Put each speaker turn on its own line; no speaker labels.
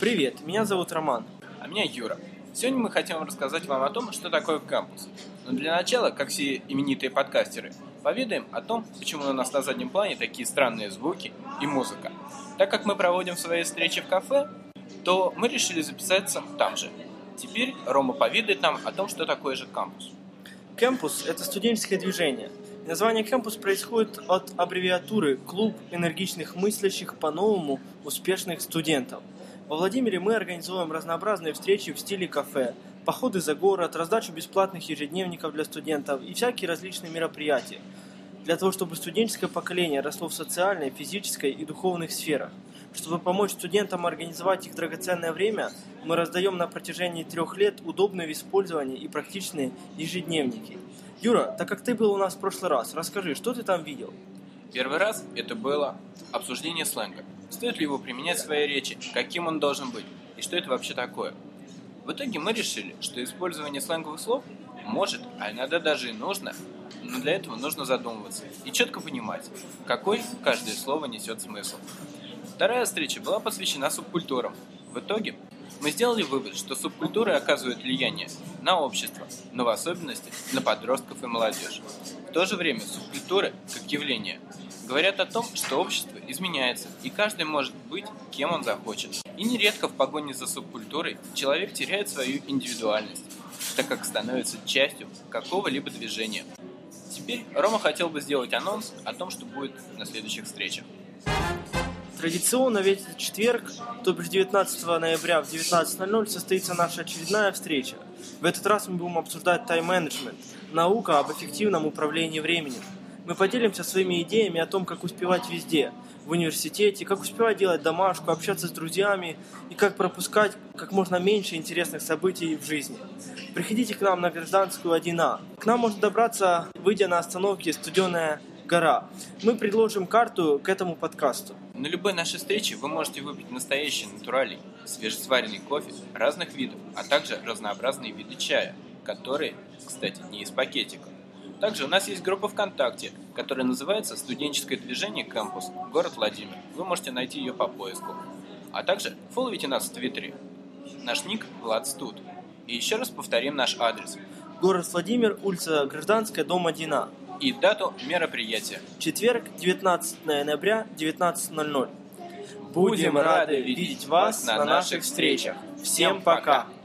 Привет, меня зовут Роман.
А меня Юра. Сегодня мы хотим рассказать вам о том, что такое кампус. Но для начала, как все именитые подкастеры, поведаем о том, почему у нас на заднем плане такие странные звуки и музыка. Так как мы проводим свои встречи в кафе, то мы решили записаться там же. Теперь Рома поведает нам о том, что такое же кампус.
Кампус – это студенческое движение. Название кампус происходит от аббревиатуры «Клуб энергичных мыслящих по-новому успешных студентов». Во Владимире мы организуем разнообразные встречи в стиле кафе, походы за город, раздачу бесплатных ежедневников для студентов и всякие различные мероприятия, для того, чтобы студенческое поколение росло в социальной, физической и духовных сферах. Чтобы помочь студентам организовать их драгоценное время, мы раздаем на протяжении 3 лет удобные в использовании и практичные ежедневники. Юра, так как ты был у нас в прошлый раз, расскажи, что ты там видел?
Первый раз это было обсуждение сленга. Стоит ли его применять в своей речи, каким он должен быть и что это вообще такое. В итоге мы решили, что использование сленговых слов может, а иногда даже и нужно, но для этого нужно задумываться и четко понимать, какой каждое слово несет смысл. Вторая встреча была посвящена субкультурам. В итоге мы сделали вывод, что субкультуры оказывают влияние на общество, но в особенности на подростков и молодежь. В то же время субкультуры, как явление, говорят о том, что общество изменяется, и каждый может быть, кем он захочет. И нередко в погоне за субкультурой человек теряет свою индивидуальность, так как становится частью какого-либо движения. Теперь Рома хотел бы сделать анонс о том, что будет на следующих встречах.
Традиционно в этот четверг, то бишь 19 ноября в 19:00 состоится наша очередная встреча. В этот раз мы будем обсуждать тайм-менеджмент, наука об эффективном управлении временем. Мы поделимся своими идеями о том, как успевать везде, в университете, как успевать делать домашку, общаться с друзьями и как пропускать как можно меньше интересных событий в жизни. Приходите к нам на Гражданскую 1А. К нам можно добраться, выйдя на остановке «Студеная гора». Мы предложим карту к этому подкасту.
На любой нашей встрече вы можете выпить настоящий натуральный, свежесваренный кофе разных видов, а также разнообразные виды чая, которые, кстати, не из пакетика. Также у нас есть группа ВКонтакте, которая называется «Студенческое движение Кампус. Город Владимир». Вы можете найти ее по поиску. А также фолловите нас в Твиттере. Наш ник VladStud. И еще раз повторим наш адрес.
Город Владимир, улица Гражданская, дом 1А.
И дату мероприятия.
Четверг, 19 ноября, 19:00.
Будем рады видеть вас на наших встречах. Всем пока!